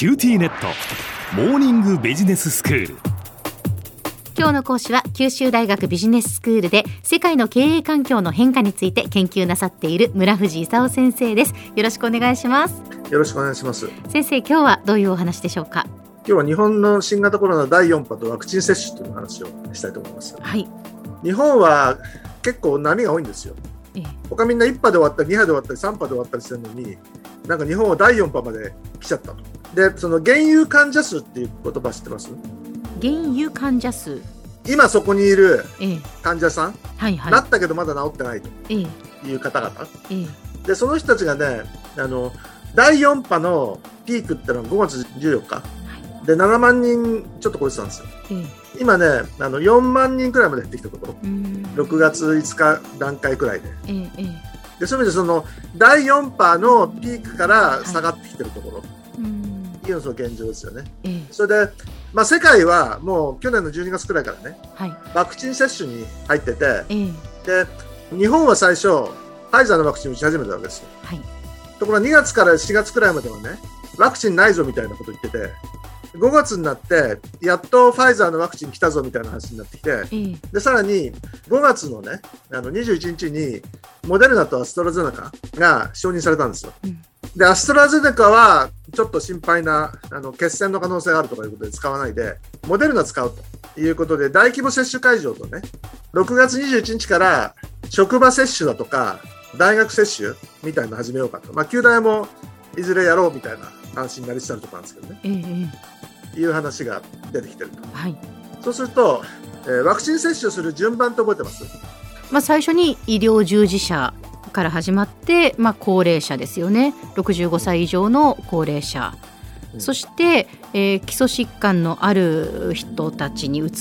キューティーネットモーニングビジネススクール。 今日の講師は九州大学ビジネススクールで世界の経営環境の変化について研究なさっている村藤勲先生です。よろしくお願いします。 よろしくお願いします。 先生、今日はどういうお話でしょうか？ 今日は日本の新型コロナ第4波とワクチン接種という話をしたいと思います。 はい。日本は結構波が多いんですよ。他みんな1波で終わったり2波で終わったり3波で終わったりしてるのに、なんか日本は第4波まで来ちゃったと。で、その現有患者数っていう言葉知ってます？ 現有患者数、 今そこにいる患者さん、なったけどまだ治ってないという方々、でその人たちがね、第4波のピークってのは5月14日で7万人ちょっと超えてたんですよ。今ね、4万人くらいまで減ってきたところ、6月5日段階くらいで、でそういう意味でその第4波のピークから下がってきてるところ、いうのが現状ですよね。それで、世界はもう去年の12月くらいからね、ワクチン接種に入ってて、で日本は最初ファイザーのワクチンを打ち始めたわけですよ。ところが2月から4月くらいまではね、ワクチンないぞみたいなこと言ってて、5月になってやっとファイザーのワクチン来たぞみたいな話になってきて、でさらに5月のね、21日にモデルナとアストラゼネカが承認されたんですよ。でアストラゼネカはちょっと心配な血栓の可能性があるとかいうことで使わないで、モデルナ使うということで大規模接種会場とね、6月21日から職場接種だとか大学接種みたいなの始めようかと、旧大もいずれやろうみたいな話になりつつあるところなんですけどね、いう話が出てきてると。そうすると、ワクチン接種する順番って覚えてます？ 最初に医療従事者から始まって、高齢者ですよね。65歳以上の高齢者、そして、基礎疾患のある人たちに移って、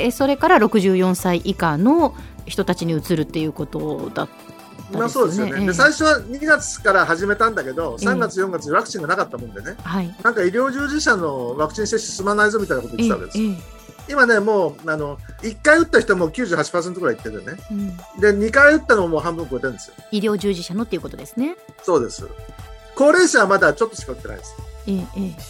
それから64歳以下の人たちに移るっていうことだった。 そうですよね。で最初は2月から始めたんだけど、3月4月にワクチンがなかったもんでね、なんか医療従事者のワクチン接種進まないぞみたいなこと言ってたわけですよ。今ね、もう1回打った人も 98% くらいいってるね、で2回打ったのももう半分超えてるんですよ。 医療従事者のっていうことですね。 そうです。高齢者はまだちょっとしか打ってないです。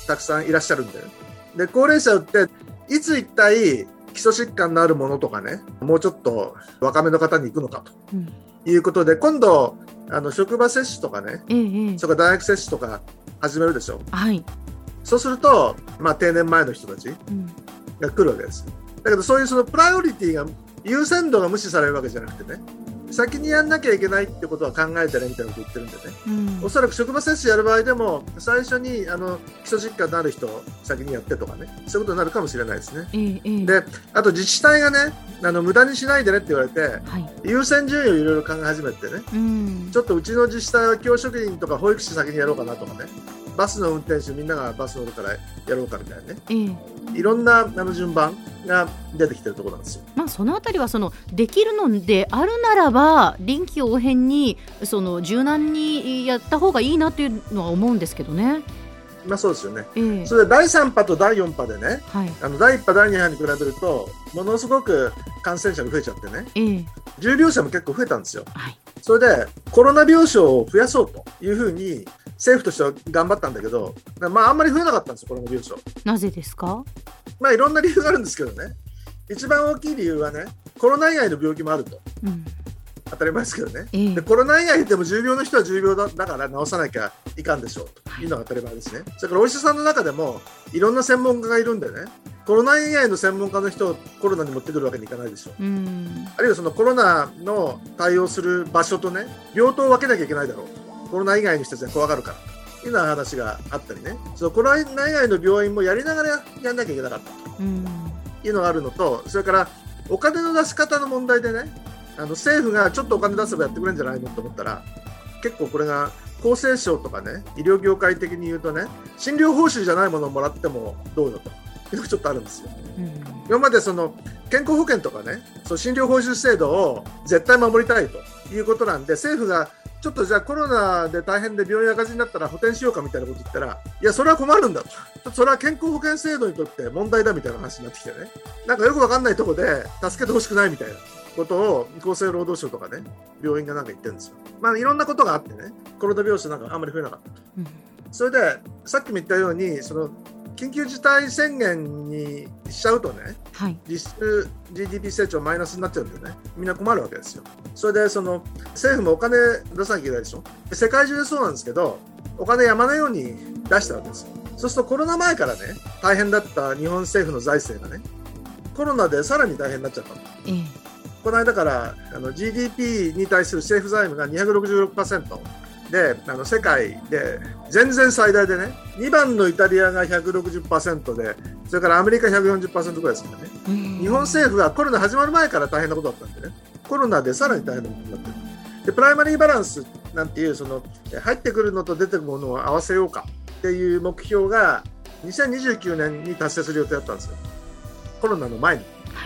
たくさんいらっしゃるんで、で高齢者打っていつ一体基礎疾患のあるものとかね、もうちょっと若めの方に行くのかと、いうことで、今度職場接種とかね、それから大学接種とか始めるでしょ。そうすると、定年前の人たちが来るわけです。だけどそういうそのプライオリティが、優先度が無視されるわけじゃなくてね、先にやんなきゃいけないってことは考えてねみたいなこと言ってるんでね、おそらく職場接種やる場合でも最初に基礎疾患のある人を先にやってとかね、そういうことになるかもしれないですね。であと自治体がね、無駄にしないでねって言われて、優先順位をいろいろ考え始めてね、ちょっとうちの自治体は教職員とか保育士先にやろうかなとかね、バスの運転手みんながバス乗るからやろうかみたいなね、いろんな順番が出てきてるところなんですよ。 そのあたりはできるのであるならば臨機応変に柔軟にやった方がいいなというのは思うんですけどね。 そうですよね。それで第3波と第4波でね、第1波第2波に比べるとものすごく感染者が増えちゃってね、重症者も結構増えたんですよ。それでコロナ病床を増やそうというふうに政府としては頑張ったんだけど、あんまり増えなかったんですよ、コロナ病床。 なぜですか？ いろんな理由があるんですけどね、一番大きい理由はね、コロナ以外の病気もあると、当たり前ですけどね、でコロナ以外でも重病の人は重病 だから治さなきゃいかんでしょうというのが当たり前ですね。それからお医者さんの中でもいろんな専門家がいるんでね、コロナ以外の専門家の人をコロナに持ってくるわけにいかないでしょう。あるいはそのコロナの対応する場所とね、病棟を分けなきゃいけないだろう、コロナ以外の人たちが怖がるからというような話があったりね、そのコロナ以外の病院もやりながらやんなきゃいけなかったというのがあるのと、それからお金の出し方の問題でね、政府がちょっとお金出せばやってくれるんじゃないのと思ったら、結構これが厚生省とかね、医療業界的に言うとね、診療報酬じゃないものをもらってもどうよというのがちょっとあるんですよ。今までその健康保険とかね、その診療報酬制度を絶対守りたいということなんで、政府がちょっとじゃあコロナで大変で病院赤字になったら補填しようかみたいなこと言ったら、いやそれは困るんだと、ちょっとそれは健康保険制度にとって問題だみたいな話になってきてね、なんかよくわかんないところで助けてほしくないみたいなことを厚生労働省とかね、病院がなんか言ってるんですよ。いろんなことがあってね、コロナ病床なんかあんまり増えなかったと。 それでさっきも言ったようにその緊急事態宣言にしちゃうとね、はい、実質 GDP 成長マイナスになっちゃうんでね、みんな困るわけですよ。それでその政府もお金出さなきゃいけないでしょ。世界中でそうなんですけど、お金山のように出したわけですよ。そうするとコロナ前からね大変だった日本政府の財政がね、コロナでさらに大変になっちゃったの。この間からGDP に対する政府財務が 266% で世界で全然最大でね、2番のイタリアが 160% で、それからアメリカ 140% ぐらいですからね。日本政府はコロナ始まる前から大変なことだったんでね、コロナでさらに大変なことになってる。でプライマリーバランスなんていうその入ってくるのと出てくるものを合わせようかっていう目標が2029年に達成する予定だったんですよ、コロナの前に、はい、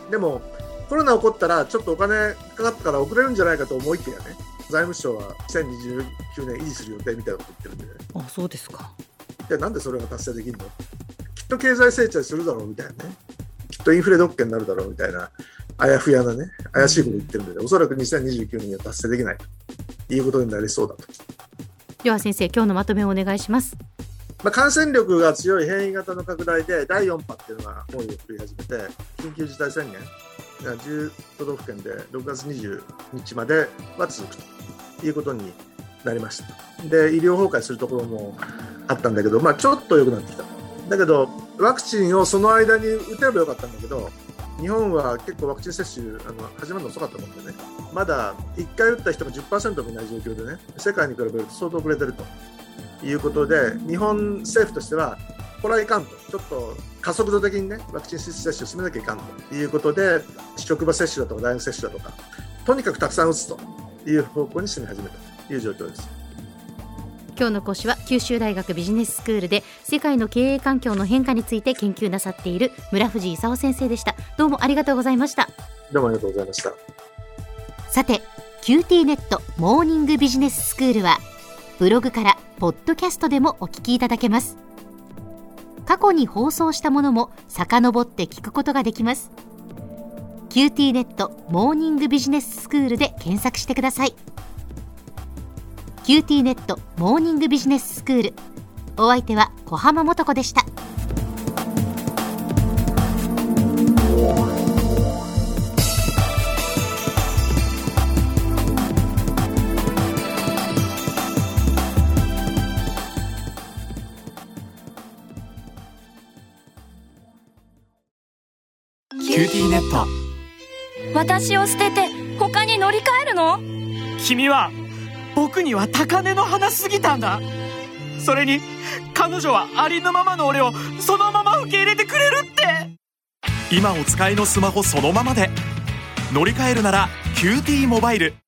でもコロナ起こったらちょっとお金かかったから遅れるんじゃないかと思いきやね、財務省は2029年維持する予定みたいなこと言ってるんでね。 あ、そうですか。 一体なんでそれが達成できるの？きっと経済成長するだろうみたいなね、きっとインフレ特権になるだろうみたいなあやふやなね、怪しいこと言ってるんで、ね、おそらく2029年には達成できないということになりそうだと。 では先生、今日のまとめをお願いします。 感染力が強い変異型の拡大で第4波っていうのが猛威を振り始めて、緊急事態宣言が10都道府県で6月20日までは続くということになりました。で医療崩壊するところもあったんだけど、ちょっと良くなってきた。だけどワクチンをその間に打てればよかったんだけど、日本は結構ワクチン接種始まるの遅かったもんでね、まだ1回打った人が 10% もいない状況でね、世界に比べると相当遅れてるということで、日本政府としてはこれはいかんと、ちょっと加速度的にねワクチン接種を進めなきゃいかんということで、職場接種だとか大学接種だとかとにかくたくさん打つという方向に進み始めたという状況です。 今日の講師は九州大学ビジネススクールで世界の経営環境の変化について研究なさっている村藤勲先生でした。どうもありがとうございました。 どうもありがとうございました。 さて QT ネットモーニングビジネススクールはブログからポッドキャストでもお聞きいただけます。過去に放送したものも遡って聞くことができます。 QT ネットモーニングビジネススクールで検索してください。QT ネットモーニングビジネススクール、お相手は小浜もとこでした。 QT ネット。 私を捨てて他に乗り換えるの？ 君は僕には高嶺の花すぎたんだ。それに彼女はありのままの俺をそのまま受け入れてくれるって。 今お使いのスマホそのままで乗り換えるなら QT モバイル。